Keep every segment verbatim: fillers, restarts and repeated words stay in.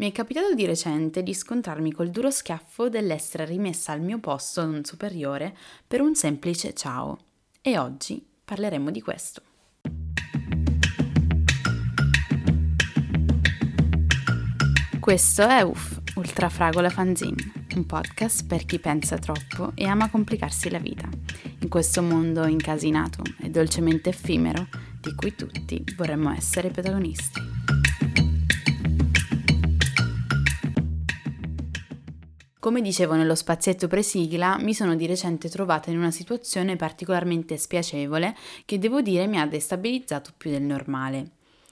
Mi è capitato di recente di scontrarmi col duro schiaffo dell'essere rimessa al mio posto da un superiore per un semplice ciao. E oggi parleremo di questo. Questo è U F, Ultra Fragola Fanzine, un podcast per chi pensa troppo e ama complicarsi la vita, in questo mondo incasinato e dolcemente effimero di cui tutti vorremmo essere protagonisti. Come dicevo nello spazietto pre-sigla, mi sono di recente trovata in una situazione particolarmente spiacevole che devo dire mi ha destabilizzato più del normale.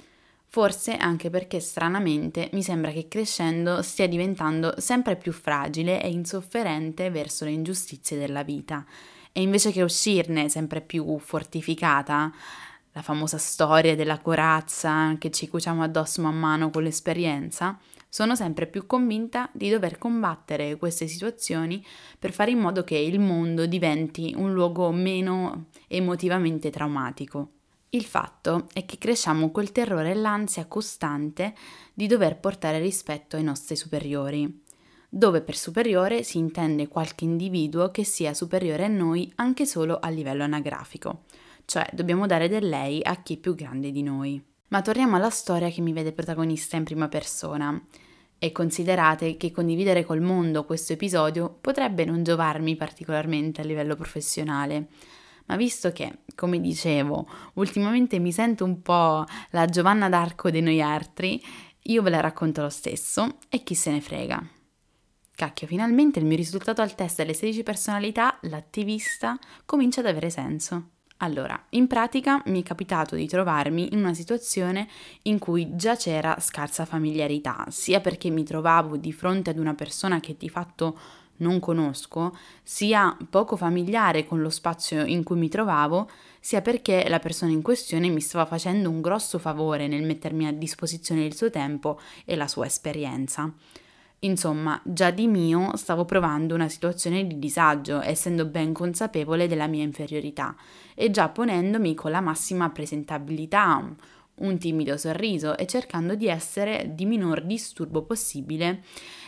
Forse anche perché stranamente mi sembra che crescendo stia diventando sempre più fragile e insofferente verso le ingiustizie della vita e invece che uscirne sempre più fortificata, la famosa storia della corazza che ci cuciamo addosso man mano con l'esperienza, sono sempre più convinta di dover combattere queste situazioni per fare in modo che il mondo diventi un luogo meno emotivamente traumatico. Il fatto è che cresciamo col terrore e l'ansia costante di dover portare rispetto ai nostri superiori, dove per superiore si intende qualche individuo che sia superiore a noi anche solo a livello anagrafico, cioè dobbiamo dare del lei a chi è più grande di noi. Ma torniamo alla storia che mi vede protagonista in prima persona. E considerate che condividere col mondo questo episodio potrebbe non giovarmi particolarmente a livello professionale, ma visto che, come dicevo, ultimamente mi sento un po' la Giovanna d'Arco dei noi altri, io ve la racconto lo stesso e chi se ne frega. Cacchio, finalmente il mio risultato al test delle sedici personalità, l'attivista, comincia ad avere senso. Allora, in pratica mi è capitato di trovarmi in una situazione in cui già c'era scarsa familiarità, sia perché mi trovavo di fronte ad una persona che di fatto non conosco, sia poco familiare con lo spazio in cui mi trovavo, sia perché la persona in questione mi stava facendo un grosso favore nel mettermi a disposizione il suo tempo e la sua esperienza. Insomma, già di mio stavo provando una situazione di disagio, essendo ben consapevole della mia inferiorità e già ponendomi con la massima presentabilità, un timido sorriso e cercando di essere di minor disturbo possibile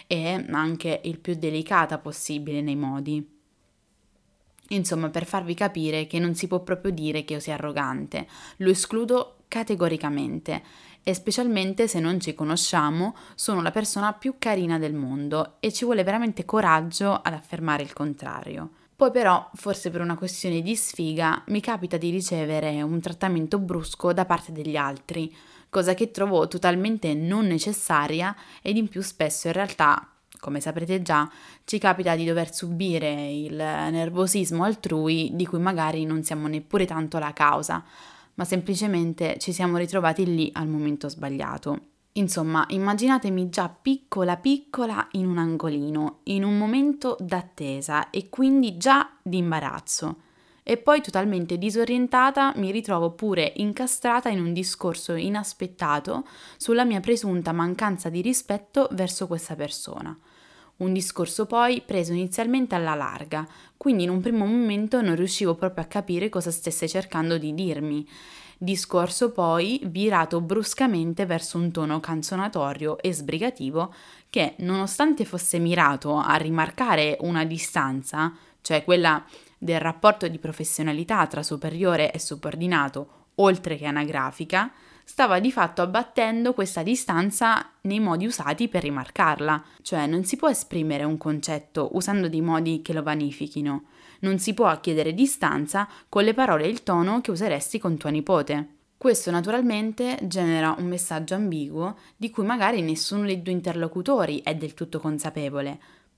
e anche il più delicata possibile nei modi. Insomma, per farvi capire che non si può proprio dire che io sia arrogante, lo escludo categoricamente e specialmente se non ci conosciamo sono la persona più carina del mondo e ci vuole veramente coraggio ad affermare il contrario. Poi però, forse per una questione di sfiga, mi capita di ricevere un trattamento brusco da parte degli altri, cosa che trovo totalmente non necessaria ed in più spesso in realtà, come saprete già, ci capita di dover subire il nervosismo altrui di cui magari non siamo neppure tanto la causa, ma semplicemente ci siamo ritrovati lì al momento sbagliato. Insomma, immaginatemi già piccola piccola in un angolino, in un momento d'attesa e quindi già di imbarazzo. E poi totalmente disorientata mi ritrovo pure incastrata in un discorso inaspettato sulla mia presunta mancanza di rispetto verso questa persona. Un discorso poi preso inizialmente alla larga, quindi in un primo momento non riuscivo proprio a capire cosa stesse cercando di dirmi. Discorso poi virato bruscamente verso un tono canzonatorio e sbrigativo che, nonostante fosse mirato a rimarcare una distanza, cioè quella del rapporto di professionalità tra superiore e subordinato, oltre che anagrafica, stava di fatto abbattendo questa distanza nei modi usati per rimarcarla, cioè non si può esprimere un concetto usando dei modi che lo vanifichino, non si può chiedere distanza con le parole e il tono che useresti con tua nipote. Questo naturalmente genera un messaggio ambiguo di cui magari nessuno dei due interlocutori è del tutto consapevole.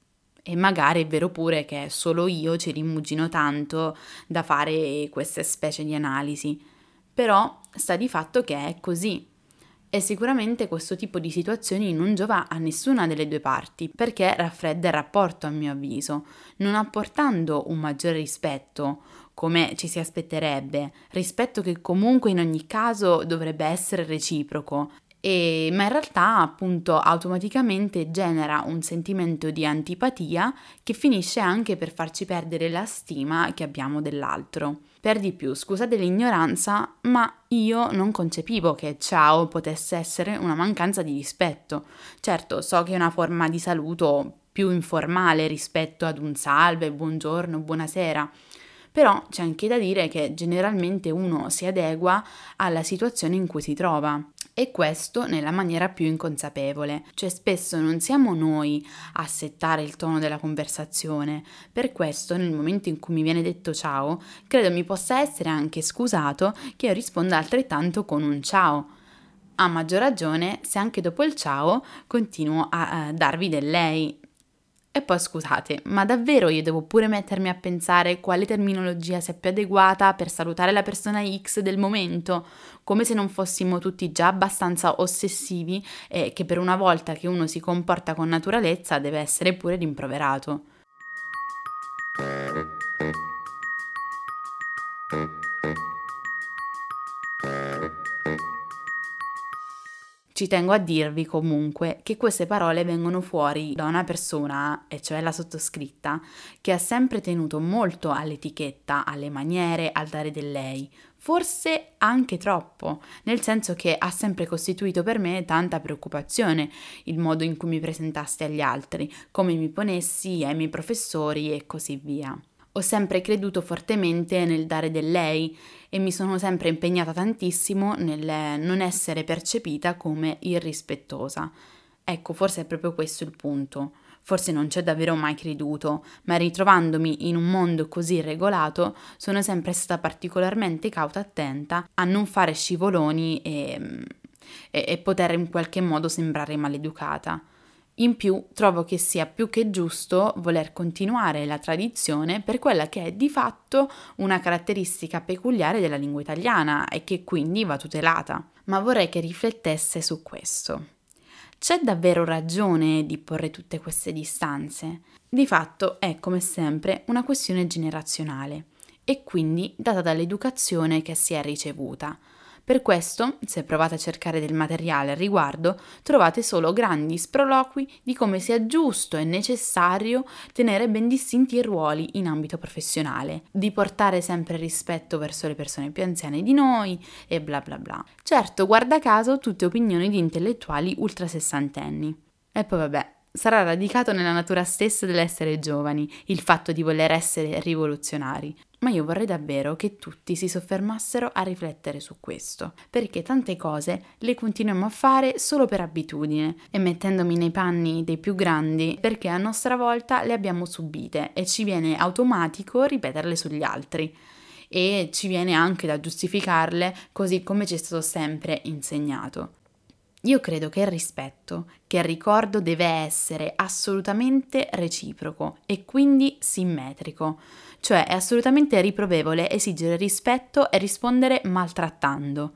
E magari è vero pure che solo io ci rimugino tanto da fare queste specie di analisi. Però sta di fatto che è così. E sicuramente questo tipo di situazioni non giova a nessuna delle due parti, perché raffredda il rapporto a mio avviso, non apportando un maggiore rispetto, come ci si aspetterebbe, rispetto che comunque in ogni caso dovrebbe essere reciproco, e, ma in realtà appunto automaticamente genera un sentimento di antipatia che finisce anche per farci perdere la stima che abbiamo dell'altro. Per di più, scusate l'ignoranza, ma io non concepivo che ciao potesse essere una mancanza di rispetto. Certo, so che è una forma di saluto più informale rispetto ad un salve, buongiorno, buonasera, però c'è anche da dire che generalmente uno si adegua alla situazione in cui si trova. E questo nella maniera più inconsapevole, cioè spesso non siamo noi a settare il tono della conversazione. Per questo nel momento in cui mi viene detto ciao, credo mi possa essere anche scusato che io risponda altrettanto con un ciao. A maggior ragione se anche dopo il ciao continuo a, a darvi del lei. E poi scusate, ma davvero io devo pure mettermi a pensare quale terminologia sia più adeguata per salutare la persona X del momento, come se non fossimo tutti già abbastanza ossessivi e che per una volta che uno si comporta con naturalezza deve essere pure rimproverato. Ci tengo a dirvi comunque che queste parole vengono fuori da una persona, e cioè la sottoscritta, che ha sempre tenuto molto all'etichetta, alle maniere, al dare del lei, forse anche troppo, nel senso che ha sempre costituito per me tanta preoccupazione il modo in cui mi presentassi agli altri, come mi ponessi ai miei professori e così via. Ho sempre creduto fortemente nel dare del lei e mi sono sempre impegnata tantissimo nel non essere percepita come irrispettosa. Ecco, forse è proprio questo il punto. Forse non ci ho davvero mai creduto, ma ritrovandomi in un mondo così regolato, sono sempre stata particolarmente cauta e attenta a non fare scivoloni e, e, e poter in qualche modo sembrare maleducata. In più, trovo che sia più che giusto voler continuare la tradizione per quella che è di fatto una caratteristica peculiare della lingua italiana e che quindi va tutelata. Ma vorrei che riflettesse su questo. C'è davvero ragione di porre tutte queste distanze? Di fatto è, come sempre, una questione generazionale e quindi data dall'educazione che si è ricevuta. Per questo, se provate a cercare del materiale al riguardo, trovate solo grandi sproloqui di come sia giusto e necessario tenere ben distinti i ruoli in ambito professionale, di portare sempre rispetto verso le persone più anziane di noi e bla bla bla. Certo, guarda caso, tutte opinioni di intellettuali ultrasessantenni. E poi vabbè, sarà radicato nella natura stessa dell'essere giovani, il fatto di voler essere rivoluzionari. Ma io vorrei davvero che tutti si soffermassero a riflettere su questo, perché tante cose le continuiamo a fare solo per abitudine e mettendomi nei panni dei più grandi perché a nostra volta le abbiamo subite e ci viene automatico ripeterle sugli altri e ci viene anche da giustificarle così come ci è stato sempre insegnato. Io credo che il rispetto, che il ricordo deve essere assolutamente reciproco e quindi simmetrico, cioè è assolutamente riprovevole esigere rispetto e rispondere maltrattando.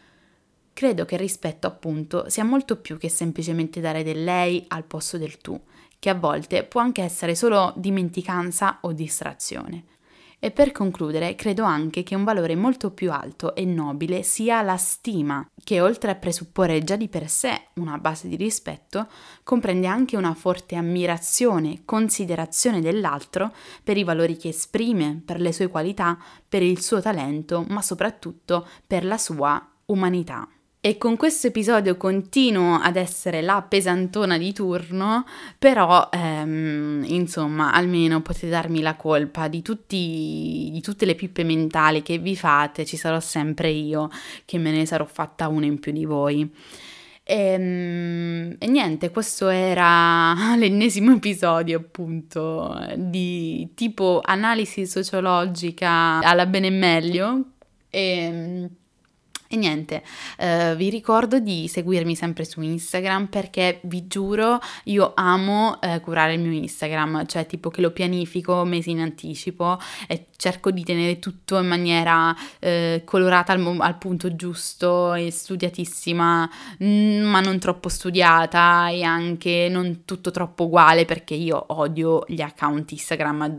Credo che il rispetto, appunto, sia molto più che semplicemente dare del lei al posto del tu, che a volte può anche essere solo dimenticanza o distrazione. E per concludere, credo anche che un valore molto più alto e nobile sia la stima, che oltre a presupporre già di per sé una base di rispetto, comprende anche una forte ammirazione, considerazione dell'altro per i valori che esprime, per le sue qualità, per il suo talento, ma soprattutto per la sua umanità. E con questo episodio continuo ad essere la pesantona di turno, però ehm, insomma almeno potete darmi la colpa di, tutti, di tutte le pippe mentali che vi fate, ci sarò sempre io che me ne sarò fatta una in più di voi. E, e niente, questo era l'ennesimo episodio appunto di tipo analisi sociologica alla bene meglio. E, E niente, eh, vi ricordo di seguirmi sempre su Instagram perché vi giuro io amo eh, curare il mio Instagram, cioè tipo che lo pianifico mesi in anticipo e cerco di tenere tutto in maniera eh, colorata al, mo- al punto giusto e studiatissima, mh, ma non troppo studiata e anche non tutto troppo uguale perché io odio gli account Instagram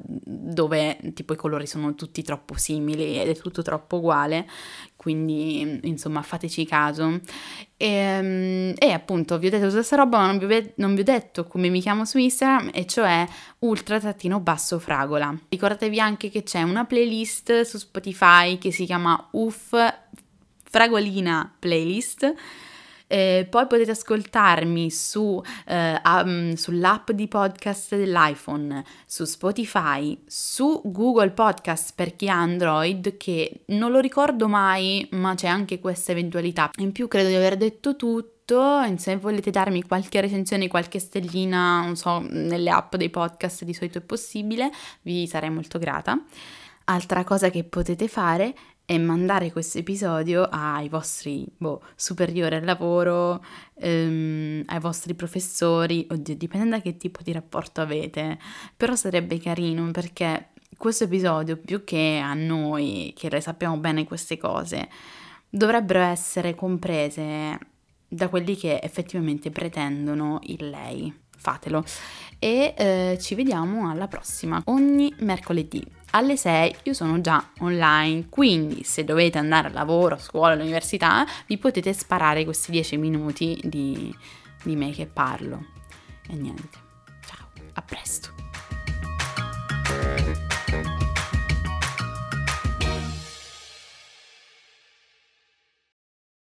dove tipo i colori sono tutti troppo simili ed è tutto troppo uguale, quindi insomma fateci caso. E, e appunto vi ho detto tutta questa roba, ma non vi, ho, non vi ho detto come mi chiamo su Instagram, e cioè ultra-fragola. Ricordatevi anche che c'è una playlist su Spotify che si chiama Uff Fragolina Playlist. Eh, poi potete ascoltarmi su, eh, um, sull'app di podcast dell'iPhone, su Spotify, su Google Podcast per chi ha Android, che non lo ricordo mai, ma c'è anche questa eventualità. In più credo di aver detto tutto. Se volete darmi qualche recensione, qualche stellina, non so, nelle app dei podcast di solito è possibile, vi sarei molto grata. Altra cosa che potete fare è mandare questo episodio ai vostri boh, superiori al lavoro, ehm, ai vostri professori, oddio, dipende da che tipo di rapporto avete, però sarebbe carino perché questo episodio, più che a noi che sappiamo bene queste cose, dovrebbero essere comprese da quelli che effettivamente pretendono il lei. Fatelo. E eh, ci vediamo alla prossima, ogni mercoledì alle sei. Io sono già online, quindi se dovete andare a lavoro, a scuola, all'università, vi potete sparare questi dieci minuti di, di me che parlo. E niente.